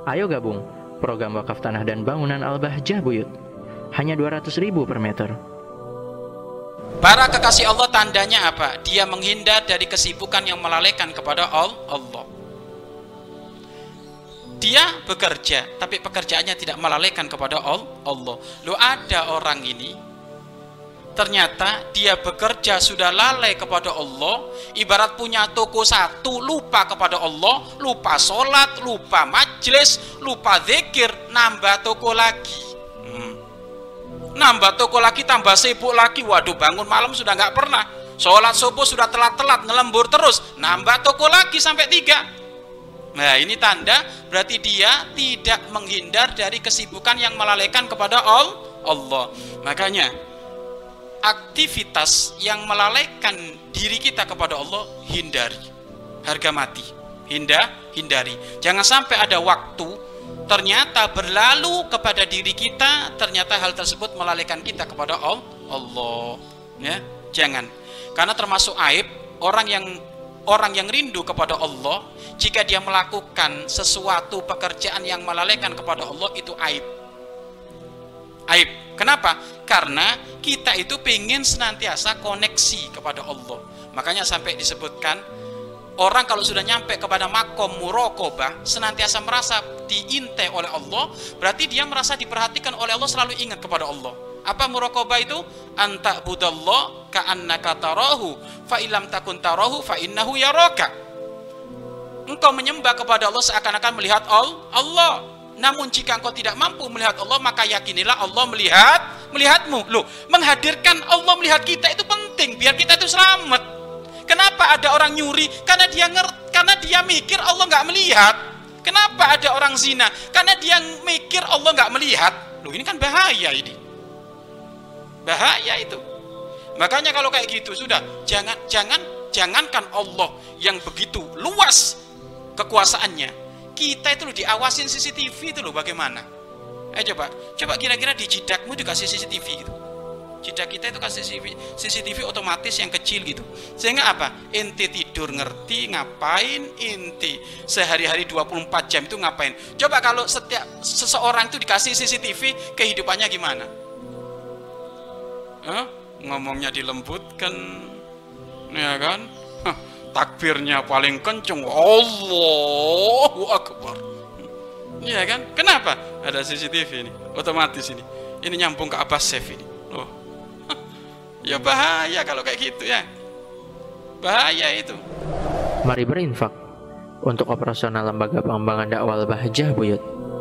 Ayo gabung program wakaf tanah dan bangunan Al-Bahjah Buyut. Hanya 200.000 per meter. Para kekasih Allah, tandanya apa? Dia menghindar dari kesibukan yang melalaikan kepada Allah. Dia bekerja, tapi pekerjaannya tidak melalaikan kepada Allah. Loh, ada orang ini, ternyata dia bekerja sudah lalai kepada Allah. Ibarat punya toko satu, lupa kepada Allah, lupa sholat, lupa majlis, lupa zikir, nambah toko lagi. Nambah toko lagi, tambah sibuk lagi. Waduh, bangun malam sudah nggak pernah, sholat subuh sudah telat-telat, ngelembur terus, nambah toko lagi sampai 3. Nah, ini tanda berarti dia tidak menghindar dari kesibukan yang melalaikan kepada Allah. Makanya aktivitas yang melalaikan diri kita kepada Allah, hindari. Harga mati, hindari. Jangan sampai ada waktu ternyata berlalu kepada diri kita, ternyata hal tersebut melalaikan kita kepada Allah. Ya, jangan. Karena termasuk aib orang yang rindu kepada Allah, jika dia melakukan sesuatu pekerjaan yang melalaikan kepada Allah, itu aib. Kenapa? Karena kita itu pengen senantiasa koneksi kepada Allah. Makanya sampai disebutkan, orang kalau sudah nyampe kepada makom muraqabah, senantiasa merasa diintai oleh Allah, berarti dia merasa diperhatikan oleh Allah, selalu ingat kepada Allah. Apa muraqabah itu? Anta budallah ka'annaka tarahu fa illam takun tarahu fa innahu yaraka. Engkau menyembah kepada Allah seakan-akan melihat Allah. Namun jika engkau tidak mampu melihat Allah, maka yakinilah Allah melihatmu. Loh, menghadirkan Allah melihat kita itu penting biar kita itu selamat. Kenapa ada orang nyuri? Karena dia mikir Allah nggak melihat. Kenapa ada orang zina? Karena dia mikir Allah nggak melihat. Loh, ini kan bahaya ini. Bahaya itu. Makanya kalau kayak gitu sudah, jangankan Allah yang begitu luas kekuasaannya. Kita itu loh diawasin CCTV itu loh, bagaimana? Coba kira-kira di jidakmu dikasih CCTV gitu. Jidak kita itu kasih CCTV otomatis yang kecil gitu. Sehingga apa? Ente tidur ngerti ngapain, ente sehari-hari 24 jam itu ngapain. Coba kalau setiap seseorang itu dikasih CCTV, kehidupannya gimana? Ngomongnya dilembutkan, ya kan? Takbirnya paling kenceng, Allahu Akbar. Iya kan? Kenapa? Ada CCTV ini, otomatis ini. Ini nyambung ke Abbas Safe ini. Loh. Ya bahaya kalau kayak gitu ya. Bahaya itu. Mari berinfak untuk operasional lembaga pengembangan dakwah Al-Bahjah Buyut.